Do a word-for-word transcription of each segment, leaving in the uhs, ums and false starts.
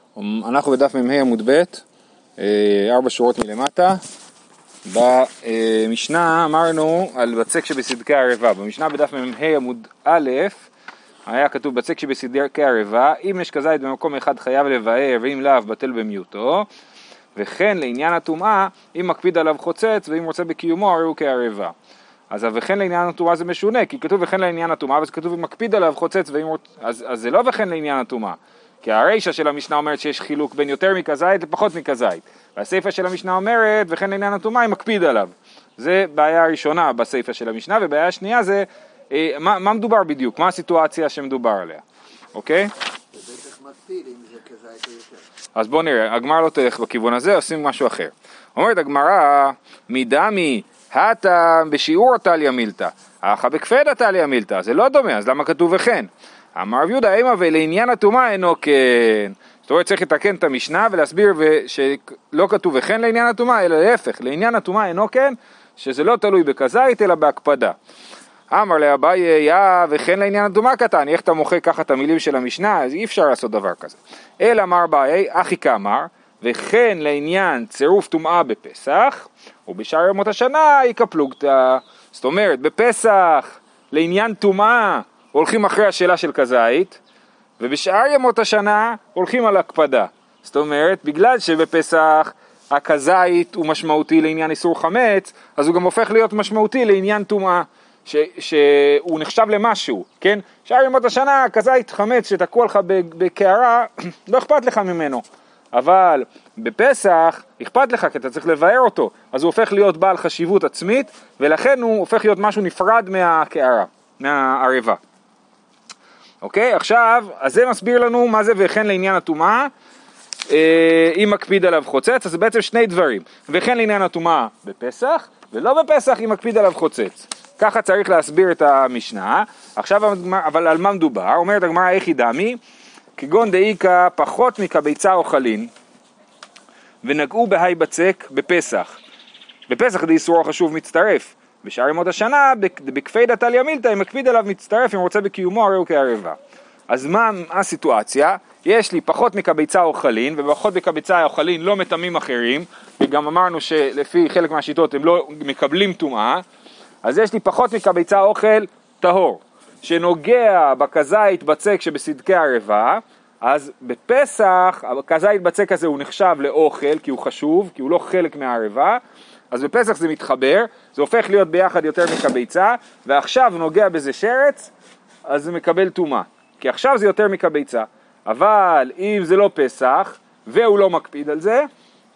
אנחנו בדף מ"ה עמוד ב', ארבע שורות מלמטה. במשנה אמרנו על בצק שבסדקי ערבה. במשנה בדף מ"ה עמוד א' היה כתוב בצק שבסדקי ערבה, אם יש כזית במקום אחד חייב לבאר, ואם לאו בטל במיעוטו. וכן לעניין הטומאה, אם מקפיד עליו חוצץ, ואם רוצה בקיומו הרי הוא כערבה. אז וכן לעניין הטומאה זה משונה, כי כתוב וכן לעניין הטומאה, אבל כתוב מקפיד עליו חוצץ, ואם... אז, אז זה לא וכן לעניין הטומאה. כי הרישה של המשנה אומרת שיש חילוק בין יותר מכזית לפחות מכזית. והסייפה של המשנה אומרת, וכן לעניין הטומאה, היא מקפיד עליו. זה בעיה ראשונה בסייפה של המשנה, ובעיה השנייה זה, אה, מה, מה מדובר בדיוק? מה הסיטואציה שמדובר עליה? אוקיי? זה בטח מקפיד אם זה כזית או יותר. אז בואו נראה, הגמרא לא תלך בכיוון הזה, עושים משהו אחר. אומרת הגמרא, מדמי, הטה בשיעור טליה מילתא, אחא בכפדה טליה מילתא, זה לא דומה, אז למה כתוב וכן? אמר רב יהודה, אימה ולעניין הטומאה אינו כן. זאת אומרת, צריך לתקן את המשנה ולהסביר שלא כתוב וכן לעניין הטומאה, אלא להפך, לעניין הטומאה אינו כן, שזה לא תלוי בכזית אלא בהקפדה. אמר לאביי, יא וכן לעניין הטומאה קטן, איך אתה מוחק ככה את המילים של המשנה, אז אי אפשר לעשות דבר כזה. אלא אמר אביי, אחי כאמר, וכן לעניין צירוף טומאה בפסח, ובשאר ימות השנה יקפלוגתא. זאת אומרת, בפסח לעניין טומאה הולכים אחרי השאלה של כזית, ובשאר ימות השנה הולכים על הקפדה. זאת אומרת, בגלל שבפסח הכזית הוא משמעותי לעניין איסור חמץ, אז הוא גם הופך להיות משמעותי לעניין טומאה, ש, שהוא נחשב למשהו, כן? שאר ימות השנה הכזית חמץ שתקוע לך בקערה, לא אכפת לך ממנו. אבל בפסח אכפת לך כי אתה צריך לבאר אותו, אז הוא הופך להיות בעל חשיבות עצמית, ולכן הוא הופך להיות משהו נפרד מהקערה, מהערבה. אוקיי, עכשיו, אז זה מסביר לנו מה זה וכן לעניין הטומאה, אה, אם מקפיד עליו חוצץ, אז זה בעצם שני דברים, וכן לעניין הטומאה בפסח, ולא בפסח אם מקפיד עליו חוצץ. ככה צריך להסביר את המשנה. עכשיו, אבל על מה מדובר? אומרת הגמרא איך ידמי, כגון דאיקה פחות מקביצה או חלין, ונגעו בהי בצק בפסח. בפסח דיסור חשוב מצטרף. בשאר ימות השנה, בכפדה טליה מילתא, אם מקפיד עליו מצטרף, אם רוצה בקיומו הרי הוא כערבה. אז מה הסיטואציה? יש לי פחות מקביצה או חלין, ופחות מקביצה או חלין לא מטמאים אחרים, וגם אמרנו שלפי חלק מהשיטות הם לא מקבלים טומאה, אז יש לי פחות מקביצה אוכל טהור, שנוגע בכזית בצק שבסדקי ערבה, אז בפסח, הכזית בצק הזה הוא נחשב לאוכל, כי הוא חשוב, כי הוא לא חלק מהערבה, אז בפסח זה מתחבר, זה הופך להיות ביחד יותר מקביצה, ועכשיו נוגע בזה שרץ, אז זה מקבל טומאה, כי עכשיו זה יותר מקביצה. אבל אם זה לא פסח, והוא לא מקפיד על זה,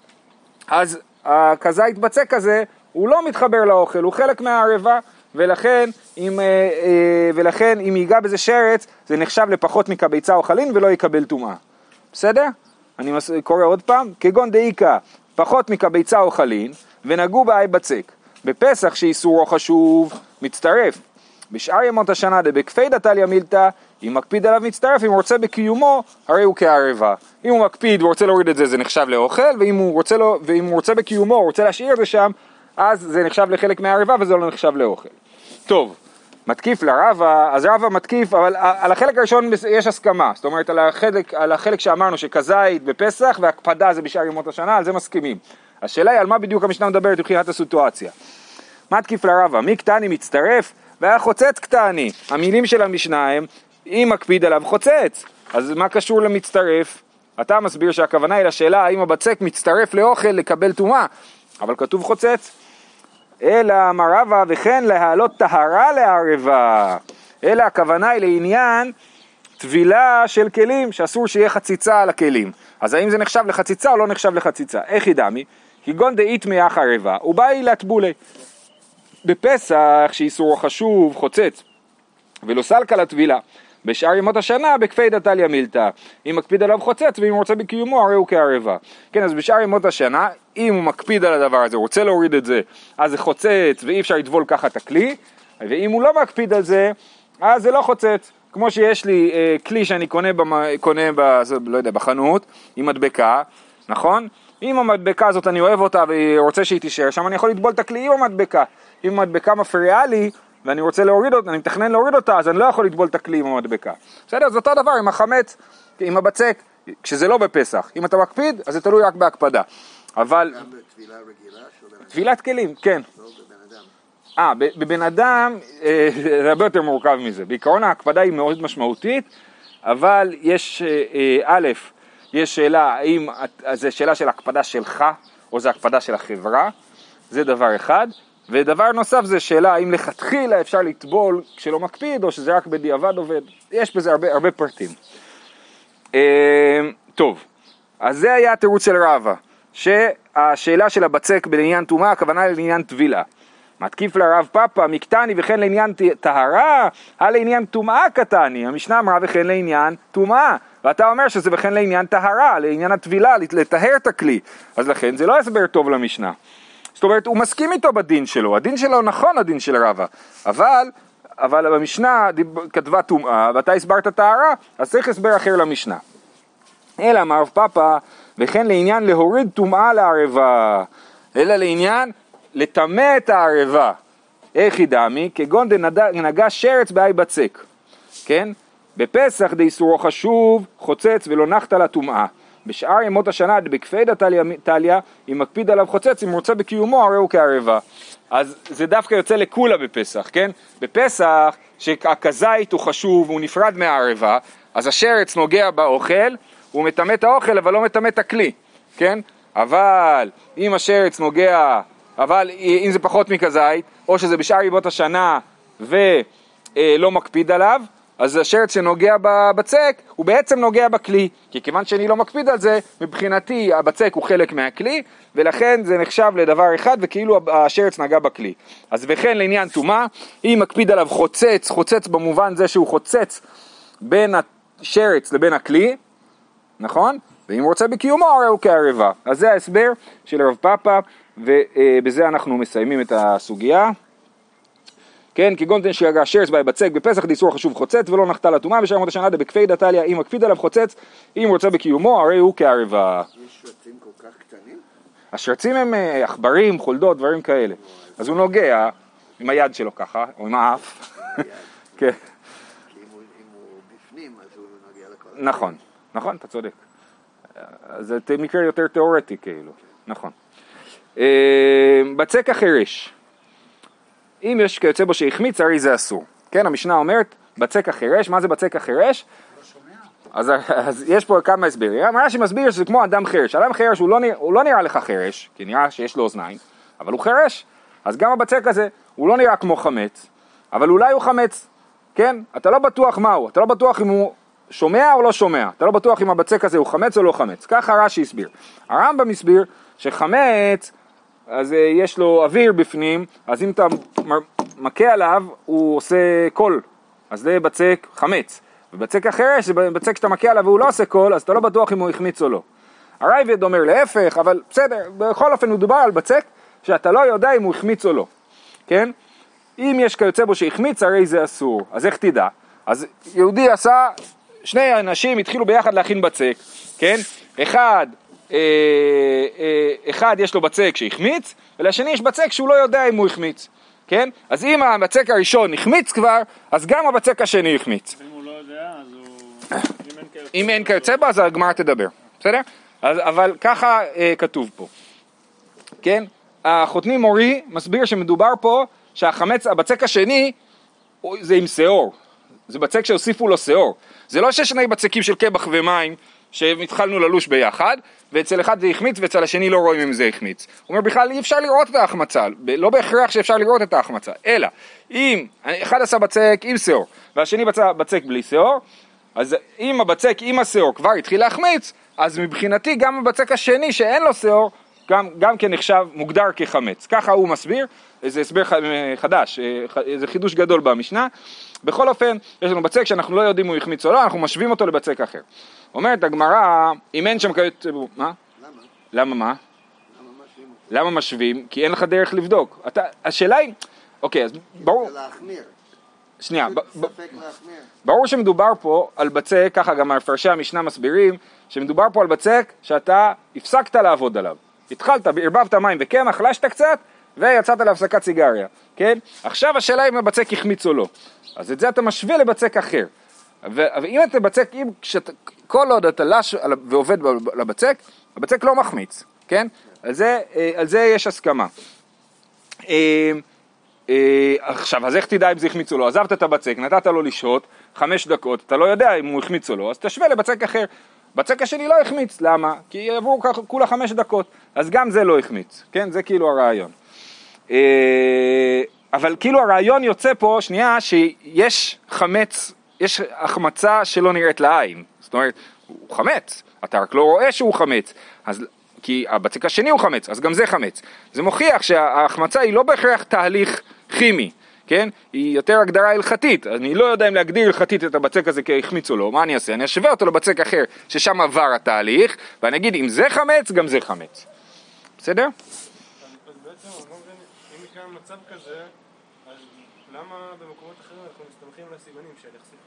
אז הכזית בצק הזה, הוא לא מתחבר לאוכל, הוא חלק מהערבה, ולכן אם, ולכן אם ייגע בזה שרץ, זה נחשב לפחות מקביצה או חלין, ולא יקבל טומאה. בסדר? אני קורא עוד פעם, כגון דאיקה, פחות מקביצה או חלין, ונגעו בהי בצק. בפסח שאיסורו חשוב, מצטרף. בשאר ימות השנה דבכפדה טליה מילתא, אם מקפיד עליו מצטרף, אם הוא רוצה בקיומו, הרי הוא כערבה. אם הוא מקפיד ורוצה להוריד את זה, זה נחשב לאוכל, ואם הוא רוצה, לו, ואם הוא רוצה בקיומו, הוא רוצה להשאיר את זה שם, אז זה נחשב לחלק מהערבה, וזה לא נחשב לאוכל. טוב, מתקיף לרבה, אז רבה מתקיף, אבל על החלק הראשון יש הסכמה. זאת אומרת, על החלק, על החלק שאמרנו שכזית בפסח, והקפדה זה בשאר ימות השנה, על זה מסכימים. השאלה היא על מה בדיוק המשנה מדברת מבחינת הסיטואציה. מתקיף לרבה, מי קטני מצטרף, והיה חוצץ קטני. המילים של המשנה הם, אם מקפיד עליו חוצץ, אז מה קשור למצטרף? אתה מסביר שהכוונה היא לשאלה, האם הבצק מצטרף לאוכל לקבל טומאה, אבל כתוב חוצץ. אלא אמר רבא וכן להעלות טהרה לערבה, אלא הכוונה היא לעניין טבילה של כלים, שאסור שיהיה חציצה על הכלים. אז האם זה נחשב לחציצה או לא נחשב לחציצה? איך ידמי? כגון דאית מאח ערבה, הוא בא להטבולי. בפסח שאיסור חשוב חוצץ, ולא סלקה לטבילה. בשאר ימות השנה בכפדה טליה מילתא, אם מקפיד עליו חוצץ ואם הוא רוצה בקיומו הרי הוא כערבה. כן, אז בשאר ימות השנה, אם הוא מקפיד על הדבר הזה, הוא רוצה להוריד את זה, אז זה חוצץ ואי אפשר לטבול ככה את הכלי, ואם הוא לא מקפיד על זה, אז זה לא חוצץ. כמו שיש לי אה, כלי שאני קונה, במ... קונה ב... לא יודע, בחנות, עם מדבקה, נכון? אם המדבקה הזאת אני אוהב אותה ורוצה שהיא תישאר שם, אני יכול לטבול את הכלי עם המדבקה. אם המדבקה מפריעה לי, ואני רוצה להוריד אותה, אני מתכנן להוריד אותה, אז אני לא יכול לטבול את הכלי עם המדבקה. בסדר, זה אותו דבר עם החמץ, עם הבצק. כשזה לא בפסח. אם אתה מקפיד, אז זה תלוי רק בהקפדה. אבל... גם בטבילה רגילה של בן אדם? טבילת כלים, כן. לא בבן אדם. אה, בבן אדם זה הרבה יותר מורכב מזה. בעיקרון ההקפדה היא מאוד משמעותית, אבל יש, א', יש שאלה, האם זה שאלה של הקפדה שלך, או זה הקפדה של החברה, זה דבר אחד. ודבר נוסף זה שאלה, האם לכתחילה אפשר לטבול כשלא מקפיד, או שזה רק בדיעבד עובד. יש בזה הרבה, הרבה פרטים. טוב, אז זה היה התירוץ של רבא, שהשאלה של הבצק בעניין טומאה, הכוונה לעניין טבילה. מתקיף לרב פאפה, מקטני וכן לעניין טהרה, על לעניין טומאה קטני. המשנה אמרה וכן לעניין טומאה, ואתה אומר שזה וכן לעניין טהרה, לעניין הטבילה, לטהר את הכלי. אז לכן זה לא הסבר טוב למשנה. זאת אומרת, הוא מסכים איתו בדין שלו, הדין שלו נכון הדין של רבא, אבל, אבל במשנה כתבה טומאה, ואתה הסברת טהרה, אז צריך הסבר אחר למשנה. אלא אמר רב פאפה, וכן לעניין להוריד טומאה לערבה, אלא לעניין לטמא את הערבה. איך ידעמי? כגון דנגע שרץ באי בצק, כן? בפסח דאיסורו חשוב, חוצץ ולא נחת לטומאה. בשאר ימות השנה בקפידא טליא, אם מקפיד עליו חוצץ, אם רוצה בקיומו, הרי הוא כערבה. אז זה דווקא יוצא לכולה בפסח, כן? בפסח, שהכזית הוא חשוב, הוא נפרד מהערבה, אז השרץ נוגע באוכל, הוא מטמא את האוכל, אבל לא מטמא את הכלי, כן? אבל אם השרץ נוגע, אבל אם זה פחות מכזית, או שזה בשאר ימות השנה ולא מקפיד עליו, אז השרץ שנוגע בבצק הוא בעצם נוגע בכלי, כי כיוון שאני לא מקפיד על זה, מבחינתי הבצק הוא חלק מהכלי, ולכן זה נחשב לדבר אחד, וכאילו השרץ נגע בכלי. אז וכן לעניין טומאה, אם מקפיד עליו חוצץ, חוצץ במובן זה שהוא חוצץ בין השרץ לבין הכלי, נכון? ואם רוצה בקיומו, הרי הוא כערבה. אז זה ההסבר של רב פאפה, ובזה אנחנו מסיימים את הסוגיה. כן, כגון תן שיגע שרץ באי בצק בפסח דאיסור חשוב חוצץ ולא נחתה לטומאה, בשאר ימות השנה דבקפידא טליא, אם מקפיד עליו חוצץ, אם רוצה בקיומו, הרי הוא כערבה. יש שרצים כל כך קטנים? השרצים הם עכברים, חולדות, דברים כאלה. אז הוא נוגע עם היד שלו ככה, או עם האף. כן. כי אם הוא בפנים, אז הוא נוגע לכל... נכון, נכון, אתה צודק. זה מקרה יותר תיאורטי כאילו, נכון. בצק החירש. אם יש כיוצא בו שהחמיץ, הרי זה אסור. כן, המשנה אומרת, בצק החירש, מה זה בצק החירש? לא שומע. אז, אז יש פה כמה הסברים. אמרה שמסביר שזה כמו אדם חירש. אדם חירש הוא לא, נראה, הוא לא נראה לך חירש, כי נראה שיש לו אוזניים, אבל הוא חירש. אז גם הבצק הזה, הוא לא נראה כמו חמץ, אבל אולי הוא חמץ. כן? אתה לא בטוח מהו, אתה לא בטוח אם הוא שומע או לא שומע. אתה לא בטוח אם הבצק הזה הוא חמץ או לא חמץ. ככה רש"י הסביר. הרמב"ם הסביר שחמץ, אז יש לו אוויר בפנים, אז אם אתה מכה עליו, הוא עושה קול, אז זה בצק חמץ. ובצק החירש, זה בצק שאתה מכה עליו והוא לא עושה קול, אז אתה לא בטוח אם הוא החמיץ או לא. הרייבד אומר להפך, אבל בסדר, בכל אופן הוא דובר על בצק, שאתה לא יודע אם הוא החמיץ או לא. כן? אם יש כיוצא בו שהחמיץ, הרי זה אסור. אז איך תדע? אז יהודי עשה, שני אנשים התחילו ביחד להכין בצק, כן? אחד... אחד יש לו בצק שהחמיץ, ולשני יש בצק שהוא לא יודע אם הוא החמיץ, כן? אז אם הבצק הראשון החמיץ כבר, אז גם הבצק השני החמיץ. אם הוא לא יודע, אז הוא... אם אין כיוצא בו, אז הגמרא תדבר, בסדר? אבל ככה כתוב פה, כן? החותני מורי מסביר שמדובר פה שהחמץ, הבצק השני זה עם שיעור, זה בצק שהוסיפו לו שיעור, זה לא ששני בצקים של קבח ומים שהתחלנו ללוש ביחד, ואצל אחד זה החמיץ ואצל השני לא רואים אם זה החמיץ. הוא אומר בכלל אי אפשר לראות את ההחמצה, לא בהכרח שאפשר לראות את ההחמצה, אלא אם אחד עשה בצק עם שיעור והשני בצק, בצק בלי שיעור, אז אם הבצק עם השיעור כבר התחיל להחמיץ, אז מבחינתי גם הבצק השני שאין לו שיעור, גם, גם כן נחשב מוגדר כחמץ. ככה הוא מסביר, זה הסבר חדש, זה חידוש גדול במשנה. בכל אופן, יש לנו בצק שאנחנו לא יודעים אם הוא החמיץ או לא, אנחנו משווים אותו לבצק אחר. אומרת הגמרא, אם אין שם כעת... מה? למה? למה מה? למה משווים אותו? למה משווים? כי אין לך דרך לבדוק. אתה, השאלה היא... אוקיי, אז ברור... זה להחמיר. שנייה, ב, ב, ספק להחמיר. ברור שמדובר פה על בצק, ככה גם מפרשי המשנה מסבירים, שמדובר פה על בצק שאתה הפסקת לעבוד עליו. התחלת, ערבבת מים וקמח, חלשת קצת, ויצאת להפסקת סיגריה, כן? עכשיו השאלה אם הבצק החמיץ או לא. אז את זה אתה משווה לבצק אחר. ואם אתה בצק, אם כשאת, כל עוד אתה לש ועובד לבצק, הבצק לא מחמיץ, כן? על זה, על זה יש הסכמה. עכשיו, אז איך תדע אם זה החמיץ או לא? עזבת את הבצק, נתת לו לשהות חמש דקות, אתה לא יודע אם הוא החמיץ או לא, אז תשווה לבצק אחר. בצק השני לא החמיץ, למה? כי יעברו כולה חמש דקות, אז גם זה לא החמיץ, כן? זה כאילו הרעיון. אבל כאילו הרעיון יוצא פה, שנייה, שיש חמץ, יש החמצה שלא נראית לעין. זאת אומרת, הוא חמץ, אתה רק לא רואה שהוא חמץ, אז, כי הבצק השני הוא חמץ, אז גם זה חמץ. זה מוכיח שההחמצה היא לא בהכרח תהליך כימי, כן? היא יותר הגדרה הלכתית. אני לא יודע אם להגדיר הלכתית את הבצק הזה כהחמיץ או לא. מה אני אעשה? אני אשווה אותו לבצק אחר ששם עבר התהליך, ואני אגיד אם זה חמץ, גם זה חמץ. בסדר? אז בעצם, אני לא מבין, אם יקרה מצב כזה, אז למה במקומות אחרים אנחנו מסתמכים על הסימנים של יחשיפו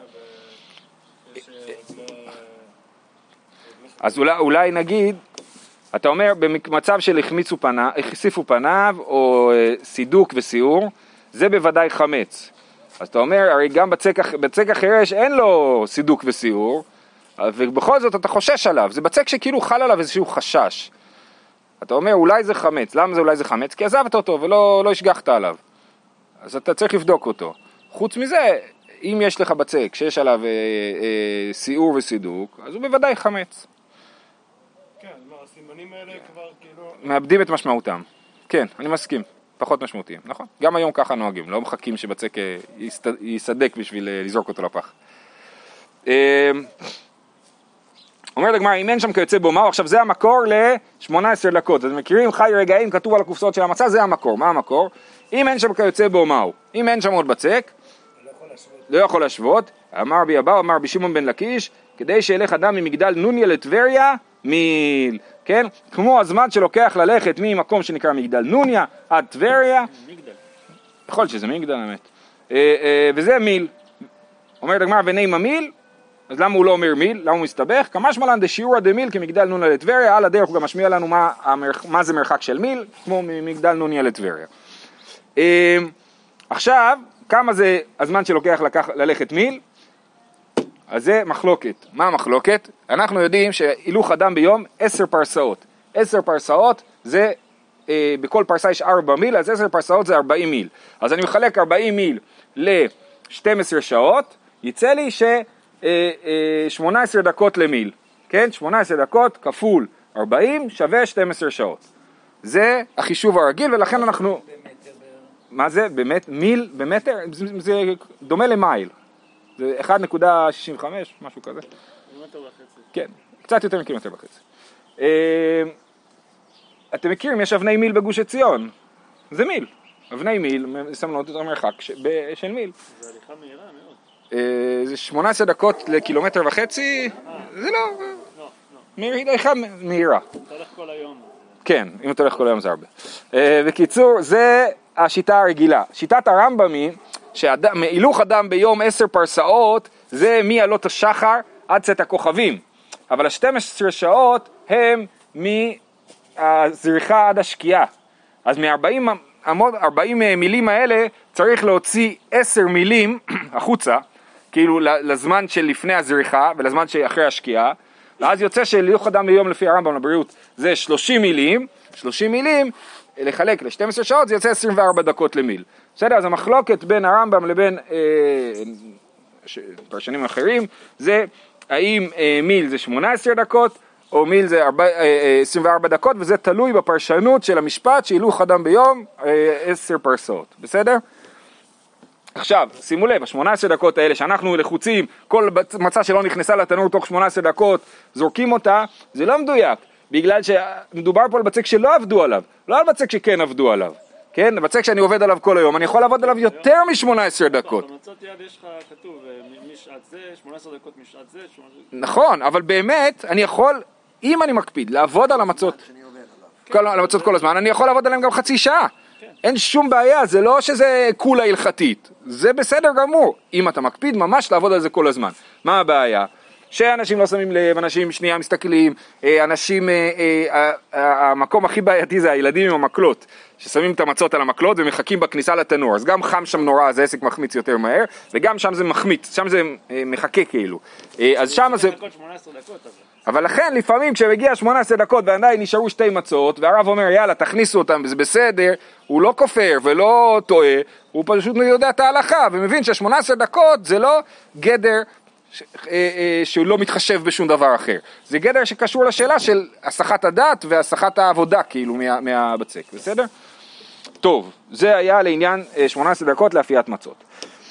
פניה ו... אז אולי, אולי נגיד, אתה אומר במצב של החמיצו פניו, החשיפו פניו או סידוק וסיור, זה בוודאי חמץ. אז אתה אומר, הרי גם בצק, בצק החירש אין לו סידוק וסיור, ובכל זאת אתה חושש עליו, זה בצק שכאילו חל עליו איזשהו חשש. אתה אומר, אולי זה חמץ. למה זה אולי זה חמץ? כי עזבת אותו ולא לא השגחת עליו. אז אתה צריך לבדוק אותו. חוץ מזה, אם יש לך בצק שיש עליו אה, אה, סיור וסידוק, אז הוא בוודאי חמץ. כן, מה, הסימנים האלה כבר כאילו... מאבדים את משמעותם. כן, אני מסכים. פחות משמעותיים, נכון? גם היום ככה נוהגים, לא מחכים שבצק יסדק בשביל לזרוק אותו לפח. אומר לגמרי, אם אין שם כיוצא בו מהו, עכשיו זה המקור ל-שמונה עשרה דקות, אז מכירים חי רגעים, כתוב על הקופסאות של המצה, זה המקור, מה המקור? אם אין שם כיוצא בו מהו, אם אין שם עוד בצק, לא יכול להשוות, אמר בי אבאו, אמר בי שמעון בן לקיש, כדי שילך אדם ממגדל נוניה לטבריה, מיל, כן? כמו הזמן שלוקח ללכת ממקום שנקרא מגדל נוניה עד טבריה, מגדל. יכול להיות שזה מגדל, האמת. וזה מיל. אומרת הגמרא, ונעים המיל, אז למה הוא לא אומר מיל? למה הוא מסתבך? כמה שמלן דשיעורא דמיל כמגדל נוניה לטבריה, על הדרך הוא גם משמיע לנו מה, מה זה מרחק של מיל, כמו מגדל נוניה לטבריה. עכשיו, כמה זה הזמן שלוקח לקח, ללכת מיל? אז זה מחלוקת. מה המחלוקת? אנחנו יודעים שהילוך אדם ביום עשר פרסאות. עשר פרסאות זה, אה, בכל פרסה יש ארבע מיל, אז עשר פרסאות זה ארבעים מיל. אז אני מחלק ארבעים מיל ל-שתים עשרה שעות, יצא לי ש-שמונה עשרה דקות למיל. כן? שמונה עשרה דקות כפול ארבעים שווה שתים עשרה שעות. זה החישוב הרגיל, ולכן אנחנו... מה זה? באמת? מיל במטר? זה, זה דומה למייל. זה אחת נקודה שישים וחמש, משהו כזה. קילומטר וחצי. כן, קצת יותר מקילומטר וחצי. אתם מכירים, יש אבני מיל בגוש עציון. זה מיל. אבני מיל, מסמנות את המרחק של מיל. זה הליכה מהירה מאוד. זה שמונה עשרה דקות לקילומטר וחצי, זה לא... לא, לא. הליכה מהירה. אתה הולך כל היום. כן, אם אתה הולך כל היום זה הרבה. בקיצור, זה השיטה הרגילה. שיטת הרמב"ם היא שהילוך אדם ביום עשר פרסאות זה מעלות השחר עד צאת הכוכבים. אבל ה-שתים עשרה שעות הם מהזריחה עד השקיעה. אז מ-ארבעים ארבעים מילים האלה צריך להוציא עשר מילים החוצה, כאילו לזמן של לפני הזריחה ולזמן שאחרי השקיעה. ואז יוצא שהילוך אדם ביום לפי הרמב"ם לבריאות זה שלושים מילים, שלושים מילים לחלק ל-שתים עשרה שעות זה יוצא עשרים וארבע דקות למיל. בסדר, אז המחלוקת בין הרמב"ם לבין אה, ש... פרשנים אחרים זה האם אה, מיל זה שמונה עשרה דקות או מיל זה ארבע, אה, עשרים וארבע דקות, וזה תלוי בפרשנות של המשפט שהילוך אדם ביום אה, עשר פרסאות. בסדר? עכשיו, שימו לב, ה-שמונה עשרה דקות האלה שאנחנו לחוצים, כל מצה שלא נכנסה לתנור תוך שמונה עשרה דקות, זורקים אותה, זה לא מדויק, בגלל שמדובר פה על בצק שלא עבדו עליו, לא על בצק שכן עבדו עליו, כן? בצק שאני עובד עליו כל היום, אני יכול לעבוד עליו יותר מ-שמונה עשרה דקות. במצות יד יש לך כתוב, משעת זה, שמונה עשרה דקות משעת זה, נכון, אבל באמת, אני יכול, אם אני מקפיד, לעבוד על המצות, על המצות כל הזמן, אני יכול לעבוד עליהם גם חצי שעה. אין שום בעיה, זה לא שזה כולה הלכתית, זה בסדר גמור, אם אתה מקפיד ממש לעבוד על זה כל הזמן. מה הבעיה? שאנשים לא שמים לב, אנשים שנייה מסתכלים, אנשים, המקום הכי בעייתי זה הילדים עם המקלות, ששמים את המצות על המקלות ומחכים בכניסה לתנור, אז גם חם שם נורא, אז העסק מחמיץ יותר מהר, וגם שם זה מחמיץ, שם זה מחכה כאילו, אז שם זה... שמונה עשרה דקות, אבל. אבל לכן לפעמים כשמגיע שמונה עשרה דקות ועדיין נשארו שתי מצות, והרב אומר יאללה תכניסו אותם, זה בסדר, הוא לא כופר ולא טועה, הוא פשוט יודע את ההלכה ומבין ש-שמונה עשרה דקות זה לא גדר ש... שהוא לא מתחשב בשום דבר אחר, זה גדר שקשור לשאלה של הסחת הדת והסחת העבודה כאילו מה... מהבצק, בסדר? טוב, זה היה לעניין שמונה עשרה דקות לאפיית מצות.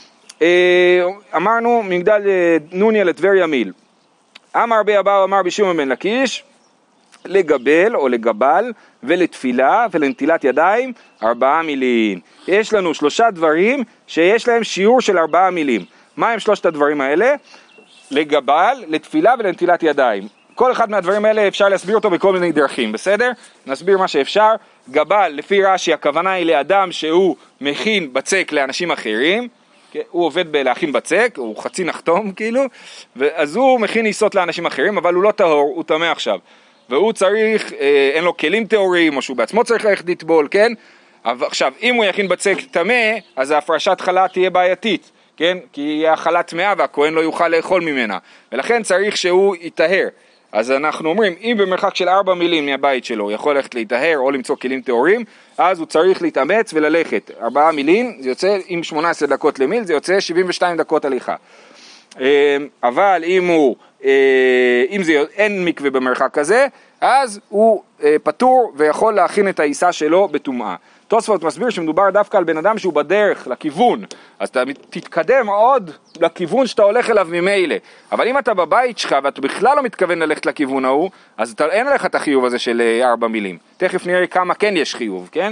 אמרנו מגדל נוניה לטבריה מיל, אמר בי אבאו אמר בשמעון בן לקיש, לגבל או לגבל ולתפילה ולנטילת ידיים ארבעה מילים. יש לנו שלושה דברים שיש להם שיעור של ארבעה מילים. מה הם שלושת הדברים האלה? לגבל, לתפילה ולנטילת ידיים. כל אחד מהדברים האלה אפשר להסביר אותו בכל מיני דרכים, בסדר? נסביר מה שאפשר. גבל, לפי רש"י, הכוונה היא לאדם שהוא מכין בצק לאנשים אחרים, הוא עובד בלהכין בצק, הוא חצי נחתום כאילו, אז הוא מכין ניסות לאנשים אחרים, אבל הוא לא טהור, הוא טמא עכשיו, והוא צריך, אה, אין לו כלים טהוריים, או שהוא בעצמו צריך ללכת לטבול, כן? אבל עכשיו, אם הוא יכין בצק טמא, אז ההפרשת חלה תהיה בעייתית, כן? כי יהיה החלה טמאה והכהן לא יוכל לאכול ממנה, ולכן צריך שהוא יטהר. אז אנחנו אומרים, אם במרחק של ארבע מילים מהבית שלו הוא יכול ללכת להיטהר או למצוא כלים טהורים, אז הוא צריך להתאמץ וללכת. ארבעה מילים, זה יוצא עם שמונה עשרה דקות למיל, זה יוצא שבעים ושתיים דקות הליכה. אבל אם הוא, אם זה אין מקווה במרחק כזה, אז הוא פטור ויכול להכין את העיסה שלו בטומאה. תוספות מסביר שמדובר דווקא על בן אדם שהוא בדרך, לכיוון, אז אתה תתקדם עוד לכיוון שאתה הולך אליו ממילא. אבל אם אתה בבית שלך ואתה בכלל לא מתכוון ללכת לכיוון ההוא, אז אתה, אין לך את החיוב הזה של ארבע מילים. תכף נראה כמה כן יש חיוב, כן?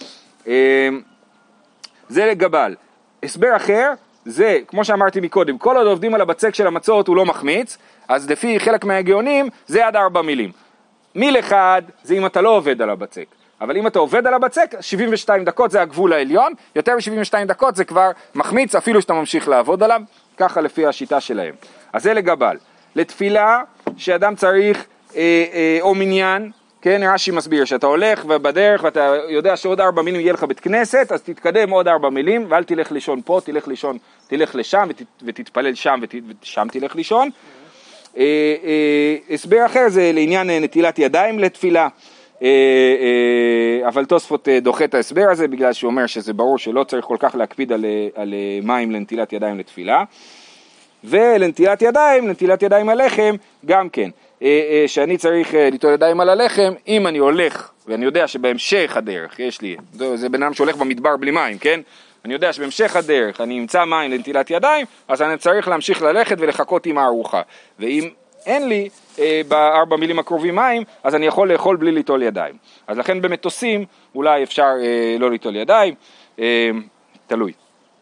זה לגבל. הסבר אחר, זה, כמו שאמרתי מקודם, כל עוד עובדים על הבצק של המצות הוא לא מחמיץ, אז לפי חלק מהגאונים זה עד ארבע מילים. מיל אחד זה אם אתה לא עובד על הבצק. אבל אם אתה עובד על הבצק, שבעים ושתיים דקות זה הגבול העליון, יותר מ-שבעים ושתיים דקות זה כבר מחמיץ, אפילו שאתה ממשיך לעבוד עליו, ככה לפי השיטה שלהם. אז זה לגבל. לתפילה, שאדם צריך אה, אה, או מניין, כן, רש"י מסביר, שאתה הולך ובדרך ואתה יודע שעוד ארבע מילים יהיה לך בית כנסת, אז תתקדם עוד ארבע מילים, ואל תלך לישון פה, תלך לישון, תלך לשם ות, ותתפלל שם ות, ושם תלך לישון. אה, אה, הסבר אחר זה לעניין נטילת ידיים לתפילה. אבל תוספות דוחה את ההסבר הזה בגלל שהוא אומר שזה ברור שלא צריך כל כך להקפיד על, על מים לנטילת ידיים לתפילה, ולנטילת ידיים, לנטילת ידיים על לחם גם כן, שאני צריך ליטול ידיים על הלחם אם אני הולך ואני יודע שבהמשך הדרך יש לי, זה בן אדם שהולך במדבר בלי מים, כן? אני יודע שבהמשך הדרך אני אמצא מים לנטילת ידיים, אז אני צריך להמשיך ללכת ולחכות עם הארוחה, ואם אין לי אה, בארבע מילים הקרובים מים, אז אני יכול לאכול בלי ליטול ידיים. אז לכן במטוסים אולי אפשר אה, לא ליטול ידיים, אה, תלוי.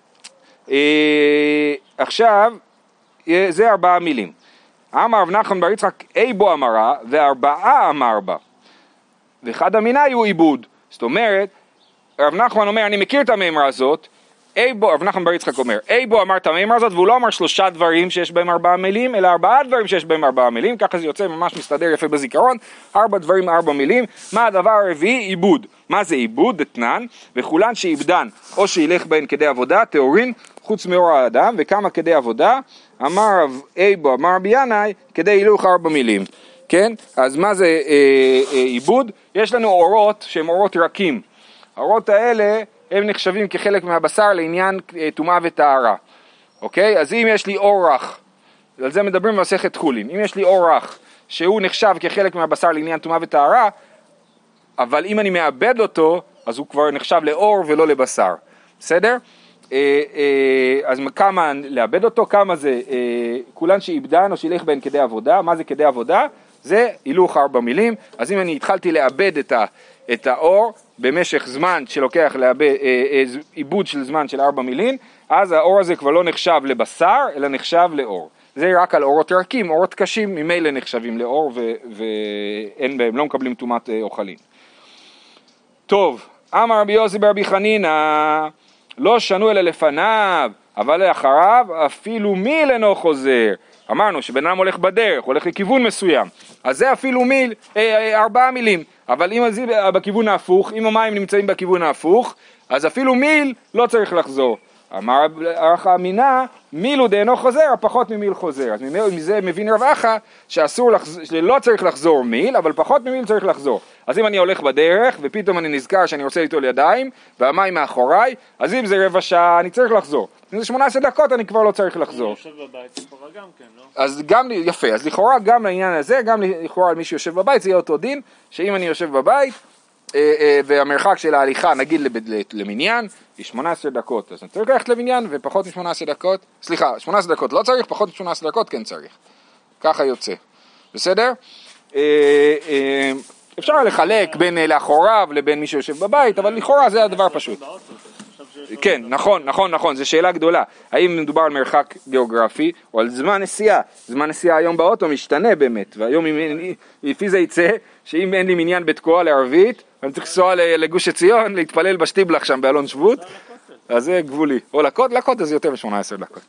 אה, עכשיו, אה, זה ארבעה מילים. אמר רב נחמן בר יצחק, אי בו אמרה, וארבעה אמר בה. ואחד המיני הוא עיבוד. זאת אומרת, רב נחמן אומר, אני מכיר את המאמרה הזאת, אי בו, רב נחמן בר יצחק אומר, אי בו אמר את המאמרה הזאת, והוא לא אמר שלושה דברים שיש בהם ארבעה מילים, אלא ארבעה דברים שיש בהם ארבעה מילים, ככה זה יוצא ממש מסתדר יפה בזיכרון, ארבע דברים, ארבע מילים. מה הדבר הרביעי? עיבוד. מה זה עיבוד? דתנן, וכולן שעיבדן, או שילך בהן כדי עבודה, תאורין, חוץ מאור האדם, וכמה כדי עבודה, אמר רב אי בו, אמר רבי ינאי, כדי הילוך ארבע מילים. כן? אז מה זה אה, אה, עיבוד? יש לנו אורות שהם אורות רכים. האורות האלה הם נחשבים כחלק מהבשר לעניין טומאה וטהרה. אוקיי? אז אם יש לי אור רך, על זה מדברים במסכת חולין, אם יש לי אור רך שהוא נחשב כחלק מהבשר לעניין טומאה וטהרה, אבל אם אני מאבד אותו, אז הוא כבר נחשב לאור ולא לבשר. בסדר? אז כמה לאבד אותו, כמה זה כולן שאיבדן או שילך בהן כדי עבודה. מה זה כדי עבודה? זה הילוך ארבע מילים. אז אם אני התחלתי לאבד את, ה, את האור במשך זמן שלוקח לאבד, עיבוד של זמן של ארבע מילים, אז האור הזה כבר לא נחשב לבשר אלא נחשב לאור. זה רק על אורות רכים, אורות קשים ממילא נחשבים לאור ו, ואין בהם, לא מקבלים טומאת אוכלים. טוב, אמר רבי יוסי ברבי חנינא, לא שנו אלא לפניו, אבל לאחריו אפילו מיל אינו חוזר. אמרנו שבן אדם הולך בדרך, הולך לכיוון מסוים, אז זה אפילו מיל, אה, אה, ארבעה מילים, אבל אם זה בכיוון ההפוך, אם המים נמצאים בכיוון ההפוך, אז אפילו מיל לא צריך לחזור. אמר אחא אמינא, מיל הוא דאינו חוזר, פחות ממיל חוזר. אז מזה מבין רב אחא שאסור לחזור, שלא צריך לחזור מיל, אבל פחות ממיל צריך לחזור. אז אם אני הולך בדרך, ופתאום אני נזכר שאני רוצה ליטול ידיים, והמים מאחוריי, אז אם זה רבע שעה, אני צריך לחזור. אם זה שמונה עשרה דקות, אני כבר לא צריך לחזור. אני יושב בבית, לכאורה גם כן, לא? אז גם, יפה, אז לכאורה גם לעניין הזה, גם לכאורה על מי שיושב בבית, זה יהיה אותו דין, שאם אני יושב בבית, והמרחק של ההליכה נגיד למניין היא שמונה עשרה דקות, אז אני צריך ללכת למניין ופחות מ-שמונה עשרה דקות, סליחה, שמונה עשרה דקות לא צריך, פחות מ-שמונה עשרה דקות כן צריך, ככה יוצא, בסדר? אפשר לחלק בין לאחוריו לבין מי שיושב בבית, אבל לכאורה זה הדבר פשוט. כן, נכון, נכון, נכון, זו שאלה גדולה. האם מדובר על מרחק גיאוגרפי או על זמן נסיעה? זמן נסיעה היום באוטו משתנה באמת, והיום לפי זה יצא שאם אין לי מניין בתקוע לערבית, אני צריך לנסוע לגוש עציון, להתפלל בשטיבלח שם באלון שבות, אז זה גבולי. או לקות, לקות, אז יותר מ-שמונה עשרה דקות.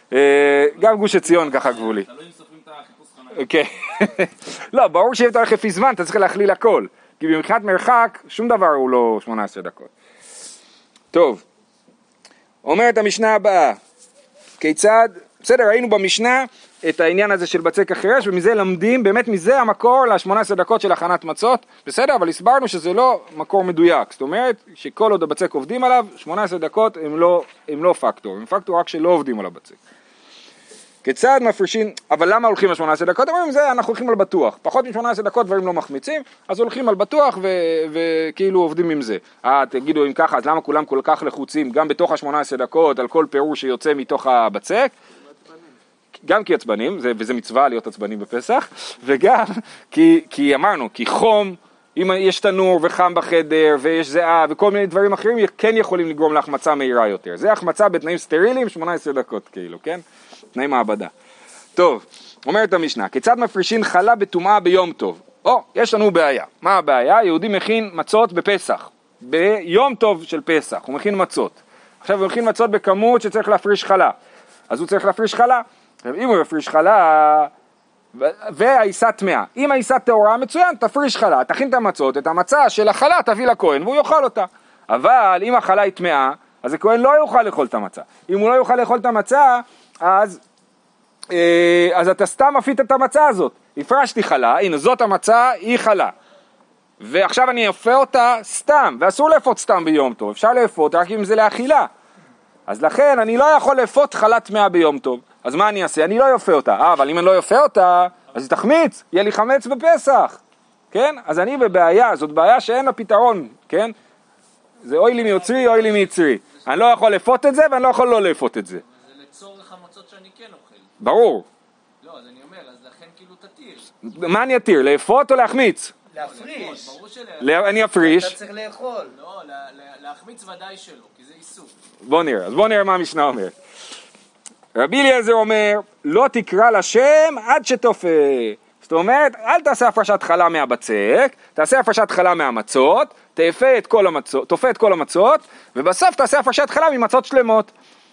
גם גוש עציון ככה גבולי. תלוי אם סופרים את החיפוש חניה. כן. לא, ברור שאם אתה הולך לפי זמן, אתה צריך להכליל הכל. כי במבחינת מרחק, שום דבר הוא לא שמונה עשרה דקות. טוב. אומרת המשנה הבאה, כיצד, בסדר, ראינו במשנה את העניין הזה של בצק החירש, ומזה למדים, באמת מזה המקור ל-שמונה עשרה דקות של הכנת מצות, בסדר, אבל הסברנו שזה לא מקור מדויק, זאת אומרת שכל עוד הבצק עובדים עליו, שמונה עשרה דקות הם לא, הם לא פקטור, הם פקטור רק שלא עובדים על הבצק. כיצד מפרישים, אבל למה הולכים על שמונה עשרה דקות? אומרים זה, אנחנו הולכים על בטוח, פחות מ-שמונה עשרה דקות דברים לא מחמיצים, אז הולכים על בטוח ו- וכאילו עובדים עם זה. אה, תגידו אם ככה, אז למה כולם כל כך לחוצים, גם בתוך ה-שמונה עשרה דקות, על כל פירור שיוצא מתוך הבצק? גם כי עצבנים, זה, וזה מצווה להיות עצבנים בפסח, וגם כי, כי אמרנו, כי חום, אם יש תנור וחם בחדר ויש זהה וכל מיני דברים אחרים, כן יכולים לגרום להחמצה מהירה יותר. זה החמצה בתנאים סטריליים, שמונה עשרה דקות כאילו, כן? תנאי מעבדה. טוב, אומרת המשנה, כיצד מפרישים חלה בטומאה ביום טוב? או, יש לנו בעיה. מה הבעיה? יהודי מכין מצות בפסח, ביום טוב של פסח, הוא מכין מצות. עכשיו הוא מכין מצות בכמות שצריך להפריש חלה. אז הוא צריך להפריש חלה. אם הוא יפריש חלה, והעיסה טמאה. אם העיסה טהורה מצוין, תפריש חלה, תכין את המצות, את המצה של החלה תביא לכהן והוא יאכל אותה. אבל אם החלה היא טמאה, אז הכהן לא יוכל לאכול את המצה. אם הוא לא יוכל לאכול את המצה, אז, אה, אז אתה סתם מפית את המצה הזאת. הפרשתי חלה, הנה זאת המצה, היא חלה. ועכשיו אני אפה אותה סתם, ואסור לאפות סתם ביום טוב, אפשר לאפות רק אם זה לאכילה. אז לכן אני לא יכול לאפות חלה טמאה ביום טוב. אז מה אני אעשה? אני לא יופה אותה. אה, אבל אם אני לא יופה אותה, אז היא תחמיץ, יהיה לי חמץ בפסח. כן? אז אני בבעיה, זאת בעיה שאין לה פתרון, כן? זה אוי לי מיוצרי, אוי לי מיצרי. אני לא יכול לפות את זה, ואני לא יכול לא לפות את זה. זה לצורך המצות שאני כן אוכל. ברור. לא, אז אני אומר, אז לכן כאילו תתיר. מה אני אתיר? לפות או להחמיץ? להפריש. ברור שלא. אני אפריש. אתה צריך לאכול. לא, להחמיץ ודאי שלא, כי זה איסור. בוא נראה, אז בוא נראה מה המשנה אומרת. רבי אליעזר אומר, לא תקרא לשם עד שתופה. זאת אומרת, אל תעשה הפרשת חלה מהבצק, תעשה הפרשת חלה מהמצות, תאפה את כל המצות, תופה את כל המצות, ובסוף תעשה הפרשת חלה ממצות שלמות.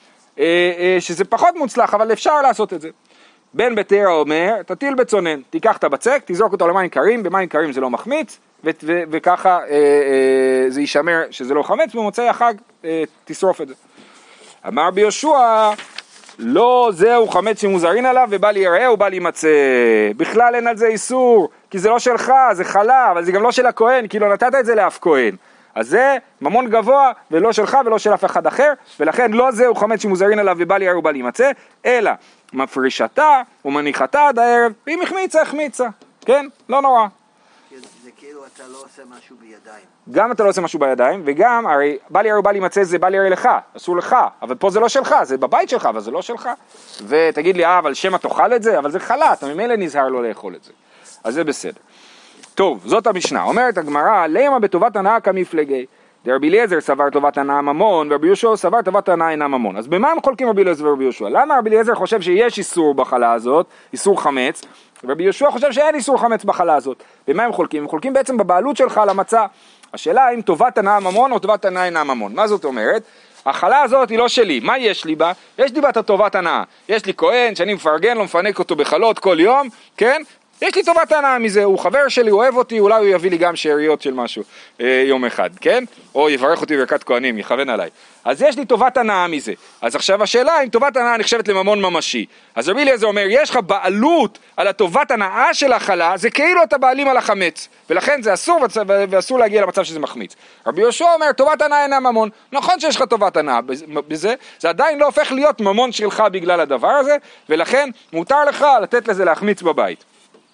שזה פחות מוצלח, אבל אפשר לעשות את זה. בן בתרא אומר, תטיל בצונן, תיקח את הבצק, תזרוק אותו למים קרים, במים קרים זה לא מחמיץ, ו- ו- וככה אה, אה, זה יישמר שזה לא חמץ, במוצאי החג אה, תשרוף את זה. אמר ביהושע, לא זהו חמץ שמוזרין עליו, ובא לי יראה ובא לי מצא. בכלל אין על זה איסור, כי זה לא שלך, זה חלה, אבל זה גם לא של הכהן, כי לא נתת את זה לאף כהן. אז זה ממון גבוה, ולא שלך ולא של אף אחד אחר, ולכן לא זהו חמץ שמוזרין עליו, ובא לי יראה ובא לי מצא, אלא מפרישתה ומניחתה עד הערב, ואם החמיצה, החמיצה. כן? לא נורא. זה כאילו אתה לא עושה משהו בידיים. גם אתה לא עושה משהו בידיים, וגם, הרי בא לי הרי בא לי מצא זה בא לי הרי לך, אסור לך, אבל פה זה לא שלך, זה בבית שלך, אבל זה לא שלך. ותגיד לי, אה, אבל שמה תאכל את זה? אבל זה חלה, אתה ממילא נזהר לא לאכול את זה. אז זה בסדר. טוב, זאת המשנה. אומרת הגמרא, למה בטובת הנאה כמפלגי? רבי אליעזר סבר טובת הנאה ממון, ורבי יהושע סבר טובת הנאה אינה ממון. אז במה הם חולקים רבי אליעזר ורבי יהושע? למה רבי אליעזר חושב שיש איסור בחלה הזאת, איסור חמץ, ורבי יהושע חושב שאין איסור חמץ בחלה הזאת? במה הם חולקים? הם חולקים בעצם בבעלות שלך על המצה. השאלה האם טובת הנאה ממון או טובת הנאה אינה ממון. מה זאת אומרת? החלה הזאת היא לא שלי, מה יש לי בה? יש לי בה את הטובת הנאה, יש לי כהן שאני מפרגן לו, מפנק אותו בחלות כל יום, כן? יש לי טובת הנאה מזה, הוא חבר שלי, הוא אוהב אותי, אולי הוא יביא לי גם שאריות של משהו אה, יום אחד, כן? או יברך אותי ברכת כהנים, יכוון עליי. אז יש לי טובת הנאה מזה. אז עכשיו השאלה, אם טובת הנאה נחשבת לממון ממשי. אז רבי אליעזר אומר, יש לך בעלות על הטובת הנאה של החלה, זה כאילו אתה בעלים על החמץ, ולכן זה אסור ואסור להגיע למצב שזה מחמיץ. רבי יהושע אומר, טובת הנאה אינה ממון. נכון שיש לך טובת הנאה בזה, זה עדיין לא הופך להיות ממון שלך בגלל הדבר הזה, ולכן מותר לך לתת לזה להחמיץ בבית.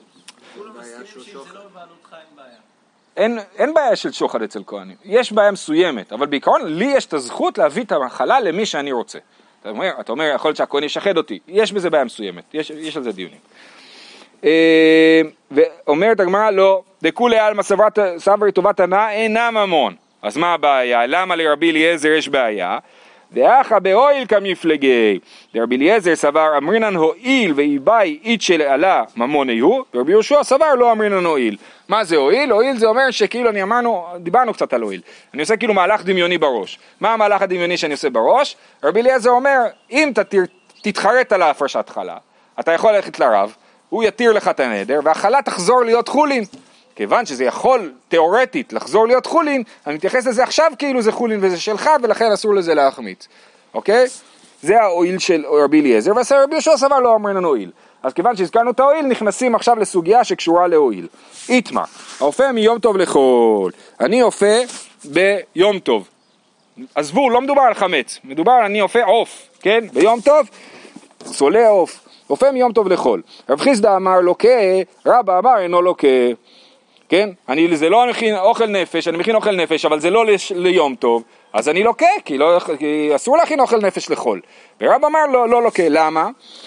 אין, אין בעיה של שוחד אצל כהנים, יש בעיה מסוימת, אבל בעיקרון לי יש את הזכות להביא את המחלה למי שאני רוצה. אתה אומר, אתה אומר יכול להיות שהכהן ישחד אותי, יש בזה בעיה מסוימת, יש, יש על זה דיונים. ואומרת הגמרא, לא, דכולי עלמא סברי טובת הנאה אינה ממון. אז מה הבעיה? למה לרבי אליעזר יש בעיה? ואחא באויל כמפלגי, דרבי אליעזר סבר אמרינן הועיל ואיבאי אית של עלה ממון היו, ורבי יהושע סבר לא אמרינן הועיל. מה זה הועיל? הועיל זה אומר שכאילו אני אמרנו, דיברנו קצת על הועיל, אני עושה כאילו מהלך דמיוני בראש. מה המהלך הדמיוני שאני עושה בראש? רבי אליעזר אומר, אם אתה תתחרט על ההפרשת חלה, אתה יכול ללכת לרב, הוא יתיר לך את הנדר, והחלה תחזור להיות חולין. כיוון שזה יכול תיאורטית לחזור להיות חולין, אני מתייחס לזה עכשיו כאילו זה חולין וזה שלך, ולכן אסור לזה להחמיץ. אוקיי? זה ההועיל של רבי אליעזר, ועשה רבי יהושע סבר לא אמרינן הועיל. אז כיוון שהזכרנו את ההועיל, נכנסים עכשיו לסוגיה שקשורה להועיל. איתמר, האופה מיום טוב לחול. אני אופה ביום טוב. עזבו, לא מדובר על חמץ, מדובר על אני אופה עוף, כן? ביום טוב, סולה עוף. אופה מיום טוב לחול. רב חיסדא אמר לוקה, רבא אמר אינו לוקה. כן? אני, זה לא מכין אוכל נפש, אני מכין אוכל נפש, אבל זה לא לש, ליום טוב, אז אני לוקה, כי, לא, כי אסור להכין אוכל נפש לחול. ורב אמר לא, לא לוקה, למה?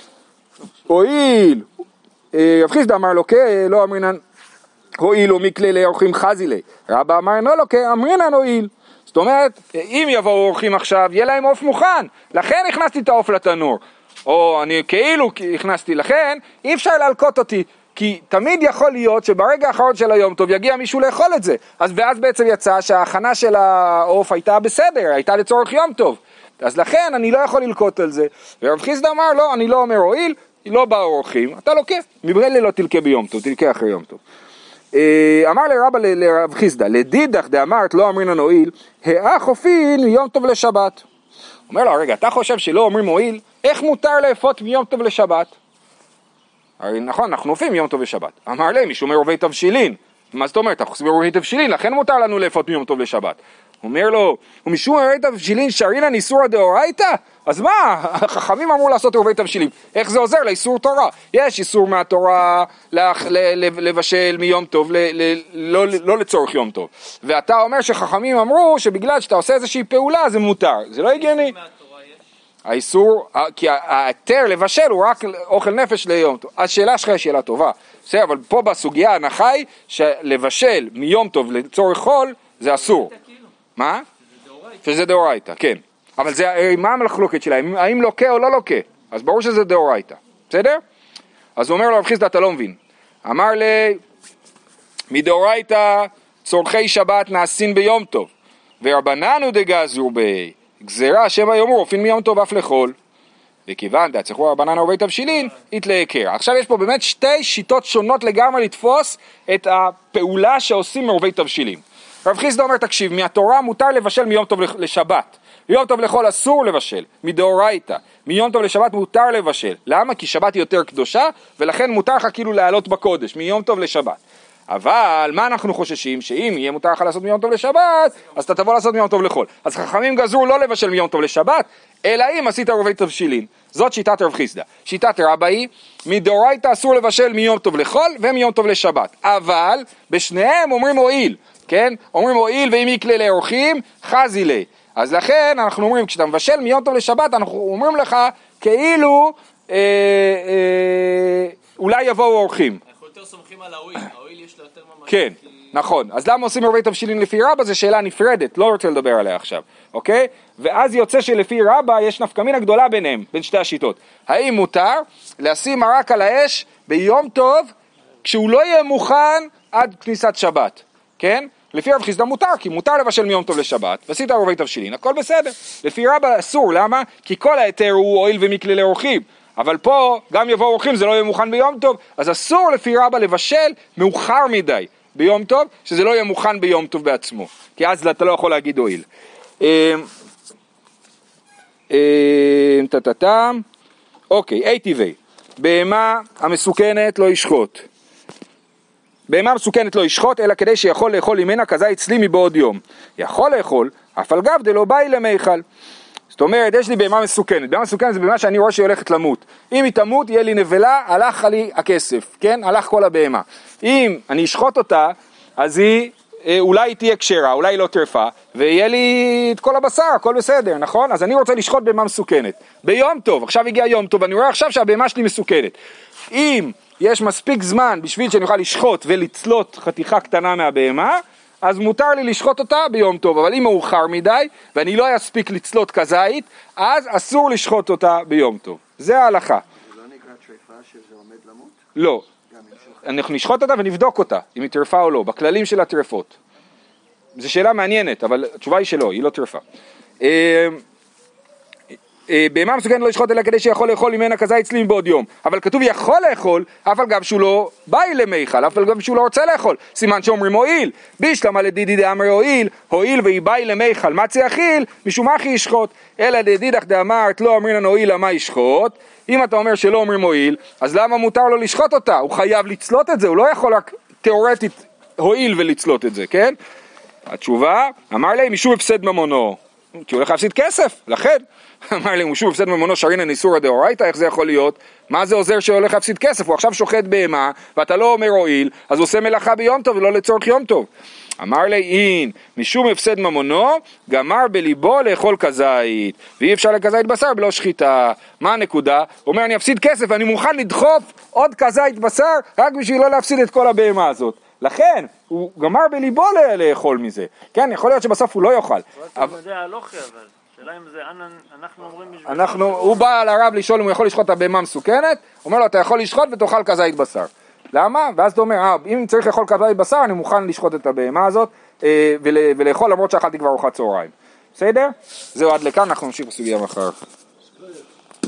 הועיל, רב חיסדא אמר לוקה, לא אמרינן, הועילו מכלי לאורחים חזילי. רבא אמר לא לוקה, אמרינן הועיל. זאת אומרת, אם יבואו אורחים עכשיו, יהיה להם עוף מוכן, לכן הכנסתי את העוף לתנור. או אני כאילו הכנסתי, לכן אי אפשר להלקות אותי. כי תמיד יכול להיות שברגע האחרון של היום טוב יגיע מישהו לאכול את זה. אז ואז בעצם יצא שההכנה של העוף הייתה בסדר, הייתה לצורך יום טוב. אז לכן אני לא יכול ללקוט על זה. ורב חיסדא אמר, לא, אני לא אומר הועיל, לא באו אורחים, אתה לוקה. מבלי לא תלקה ביום טוב, תלקה אחרי יום טוב. אמר לרבא לרב חיסדא, לדידך דאמרת לא אמרינן הועיל, האח אופין יום טוב לשבת. אומר לו, רגע, אתה חושב שלא אומרים הועיל, איך מותר לאפות מיום טוב לשבת? הרי נכון, אנחנו אופים יום טוב לשבת. אמר להם, משום עירובי תבשילין. מה זאת אומרת? אנחנו עושים עירובי תבשילין, לכן מותר לנו לאפות מיום טוב לשבת. הוא אומר לו, ומשום עירובי תבשילין שרינן איסורא דאורייתא? אז מה? החכמים אמרו לעשות עירובי תבשילין. איך זה עוזר? לאיסור תורה. יש איסור מהתורה לבשל מיום טוב, לא לצורך יום טוב. ואתה אומר שחכמים אמרו שבגלל שאתה עושה איזושהי פעולה זה מותר. זה לא הגיוני. האיסור, כי היתר לבשל הוא רק אוכל נפש ליום טוב. השאלה שלך היא שאלה טובה. בסדר, אבל פה בסוגיה ההנחה היא שלבשל מיום טוב לצורך חול זה אסור. מה? שזה דאורייתא, כן. אבל זה, מה המחלוקת שלהם? האם לוקה או לא לוקה? אז ברור שזה דאורייתא. בסדר? אז הוא אומר לו, רב חיסדא, אתה לא מבין. אמר לי, מדאורייתא צורכי שבת נעשים ביום טוב. ורבננו דגזרו בי. גזירה שמא יאמרו אופין מיום טוב אף לחול, וכיוון דאצחו רבנן עירובי תבשילין יתלהקר. עכשיו יש פה באמת שתי שיטות שונות לגמרי לתפוס את הפעולה שעושים מעירובי תבשילין. רב חיסדא אומר, תקשיב, מהתורה מותר לבשל מיום טוב לשבת, מיום טוב לחול אסור לבשל, מדאורייתא, מיום טוב לשבת מותר לבשל. למה? כי שבת היא יותר קדושה, ולכן מותר לך כאילו לעלות בקודש, מיום טוב לשבת. אבל מה אנחנו חוששים? שאם יהיה מותר לך לעשות מיום טוב לשבת, אז אתה תבוא לעשות מיום טוב לחול. אז חכמים גזרו לא לבשל מיום טוב לשבת, אלא אם עשית עירובי תבשילין. זאת שיטת רב חיסדא. שיטת רבא היא, מדאורייתא אסור לבשל מיום טוב לחול ומיום טוב לשבת. אבל בשניהם אומרים הועיל, כן? אומרים הועיל ואם יקלה לאורחים, חזי לי. אז לכן אנחנו אומרים, כשאתה מבשל מיום טוב לשבת, אנחנו אומרים לך כאילו אה, אה, אולי יבואו אורחים. סומכים על ההועיל, ההועיל יש לו יותר ממש. כן, נכון. אז למה עושים עירובי תבשילין לפי רבא? זו שאלה נפרדת, לא רוצה לדבר עליה עכשיו, אוקיי? ואז יוצא שלפי רבא יש נפקא מינה גדולה ביניהם, בין שתי השיטות. האם מותר לשים מרק על האש ביום טוב, כשהוא לא יהיה מוכן עד כניסת שבת, כן? לפי רב חיסדא מותר, כי מותר לבשל מיום טוב לשבת, ועשית ערובי תבשילין, הכל בסדר. לפי רבא אסור, למה? כי כל ההיתר הוא הואיל ומכלי לאורחים, אבל פה גם יבואו אורחים, זה לא יהיה מוכן ביום טוב, אז אסור לפי רבא לבשל מאוחר מדי ביום טוב, שזה לא יהיה מוכן ביום טוב בעצמו, כי אז אתה לא יכול להגיד הואיל. טטטם, אוקיי, אי טבעי, בהמה המסוכנת לא ישחוט. בהמה מסוכנת לא ישחוט, אלא כדי שיכול לאכול ממנה כזית צלימי בעוד יום. יכול לאכול, אף על גב דלא באי למיכל. זאת אומרת, יש לי בהמה מסוכנת. בהמה מסוכנת זה בהמה שאני רואה שהיא הולכת למות. אם היא תמות, יהיה לי נבלה, הלך לי הכסף, כן? הלך כל הבהמה. אם אני אשחוט אותה, אז היא, אולי היא תהיה קשרה, אולי היא לא טרפה, ויהיה לי את כל הבשר, הכל בסדר, נכון? אז אני רוצה לשחוט בהמה מסוכנת. ביום טוב, עכשיו הגיע יום טוב, אני רואה עכשיו שהבהמה שלי מסוכנת. אם יש מספיק זמן בשביל שאני אוכל לשחוט ולצלות חתיכה קטנה מהבהמה, אז מותר לי לשחוט אותה ביום טוב, אבל אם מאוחר מדי, ואני לא אספיק לצלות כזית, אז אסור לשחוט אותה ביום טוב. זה ההלכה. זה לא נקרא טריפה שזה עומד למות? לא. אנחנו נשחוט אותה ונבדוק אותה, אם היא טרפה או לא, בכללים של הטרפות. זו שאלה מעניינת, אבל התשובה היא שלא, היא לא טרפה. בהמה מסוכנת לא ישחוט אלא כדי שיכול לאכול ממנה כזית צלימי בעוד יום, אבל כתוב יכול לאכול, אף על גב שהוא לא באי למיכל, אף על גב שהוא לא רוצה לאכול, סימן שאומרים הועיל, בישלמה לדידי דאמר הועיל, הועיל והיא באי למיכל, מה צייחיל, משום אחי ישחוט, אלא דדידך דאמרת לא אמרינן הועיל מה ישחוט, אם אתה אומר שלא אומרים הועיל, אז למה מותר לו לשחוט אותה? הוא חייב לצלות את זה, הוא לא יכול רק תיאורטית הועיל ולצלות את זה, כן? התשובה, אמר לי משום הפסד ממונו, כי הוא הולך להפסיד כסף, לכן אמר לי, משום הפסד ממונו שרינן איסורא דאורייתא, איך זה יכול להיות? מה זה עוזר שהוא הולך להפסיד כסף? הוא עכשיו שוחט בהמה, ואתה לא אומר הועיל, אז הוא עושה מלאכה ביום טוב ולא לצורך יום טוב. אמר לי, אין, משום הפסד ממונו, גמר בליבו לאכול כזית, ואי אפשר לכזית בשר בלא שחיטה. מה הנקודה? הוא אומר, אני אפסיד כסף, ואני מוכן לדחוף עוד כזית בשר, רק בשביל לא להפסיד את כל הבהמה הזאת. לכן, הוא גמר בליבו לאכול מזה. כן, יכול להיות שבסוף הוא לא יאכל. אתה יודע הלוכי אבל. שאלה אם זה, אנחנו אומרים בשביל... אנחנו, הוא בא לרב לשאול אם הוא יכול לשחוט את הבהמה מסוכנת, הוא אומר לו, אתה יכול לשחוט ותאכל כזית בשר. למה? ואז אתה אומר, אה, אם צריך לאכול כזית בשר, אני מוכן לשחוט את הבהמה הזאת, אה, ולאכול למרות שאכלתי כבר ארוחת צהריים. בסדר? זהו, עד לכאן, אנחנו נמשיך בסוגיה מחר.